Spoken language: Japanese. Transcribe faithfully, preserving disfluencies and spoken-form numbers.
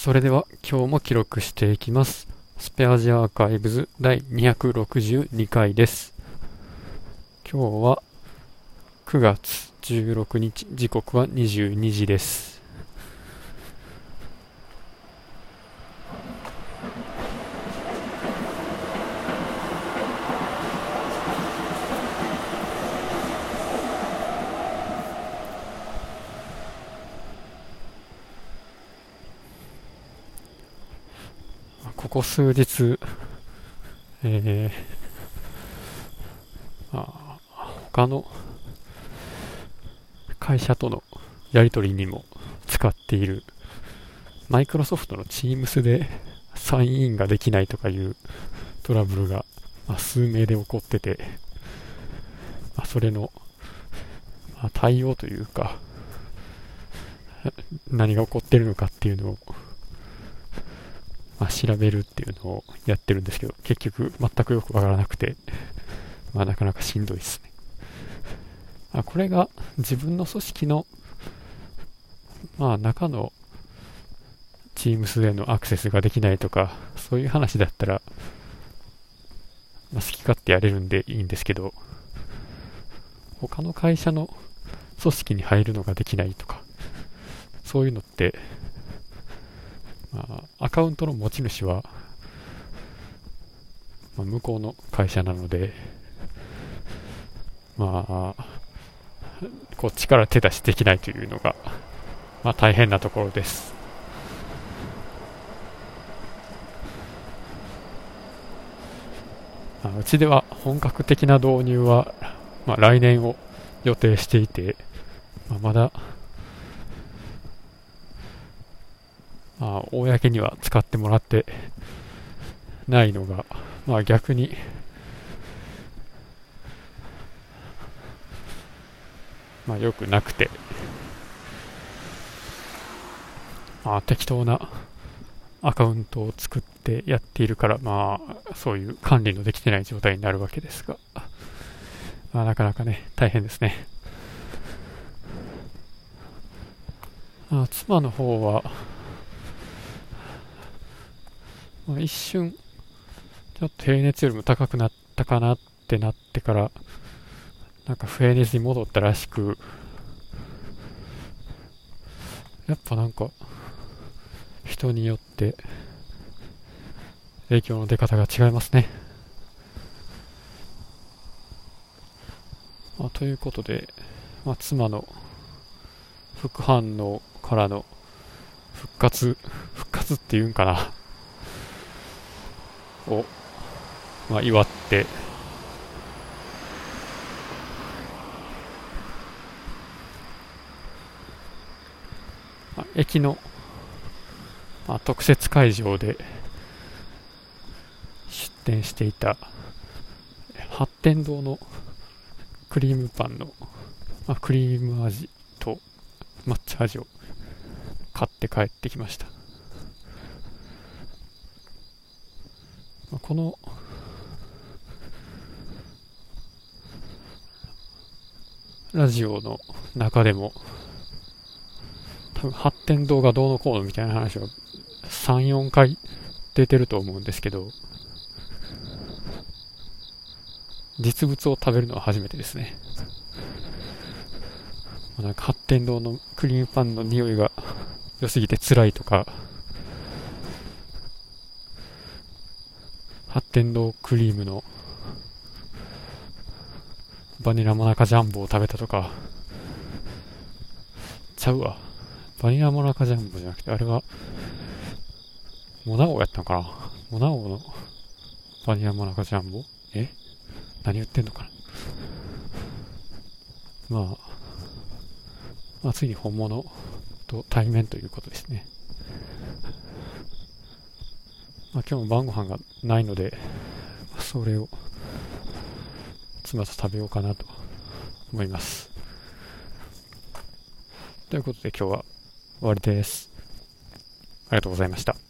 それでは今日も記録していきます。スペアジアアーカイブズだいにひゃくろくじゅうにかいです。今日はくがつじゅうろくにち、時刻はにじゅうにじです。ここ数日、えー、あ他の会社とのやり取りにも使っているマイクロソフトの Teams でサインインができないとかいうトラブルが、まあ、数名で起こってて、まあ、それの、まあ、対応というか何が起こってるのかっていうのを、まあ、調べるっていうのをやってるんですけど、結局全くよくわからなくて、まあ、なかなかしんどいですね。あ、これが自分の組織の、まあ、中の Teams でのアクセスができないとか、そういう話だったら、まあ、好き勝手やれるんでいいんですけど、他の会社の組織に入るのができないとか、そういうのって、まあ、アカウントの持ち主は、まあ、向こうの会社なので、まあ、こっちから手出しできないというのが、まあ、大変なところです。まあ、うちでは本格的な導入は、まあ、来年を予定していて、まあ、まだ、まあ、公には使ってもらってないのが、まあ、逆に、まあ、よくなくて、まあ、適当なアカウントを作ってやっているから、まあ、そういう管理のできてない状態になるわけですが、まあ、なかなかね、大変ですね。まあ、妻の方は、まあ、一瞬、ちょっと平熱よりも高くなったかなってなってから、なんか不平熱に戻ったらしく、やっぱなんか、人によって影響の出方が違いますね。まあ、ということで、まあ、妻の副反応からの復活、復活っていうんかなを、まあ、祝って、まあ、駅の、まあ、特設会場で出店していた八天堂のクリームパンの、まあ、クリーム味と抹茶味を買って帰ってきました。まあ、このラジオの中でも多分八天堂がどうのこうのみたいな話はさん、よんかい出てると思うんですけど、実物を食べるのは初めてですね。なんか八天堂のクリームパンの匂いが良すぎて辛いとか、八天堂クリームのバニラモナカジャンボを食べたとか、ちゃうわ。バニラモナカジャンボじゃなくて、あれはモナ王やったのかな。モナ王のバニラモナカジャンボ、え何言ってんのかな。まあ、まあ、ついに本物と対面ということですね。まあ、今日も晩ご飯がないので、それを妻と食べようかなと思います。ということで今日は終わりです。ありがとうございました。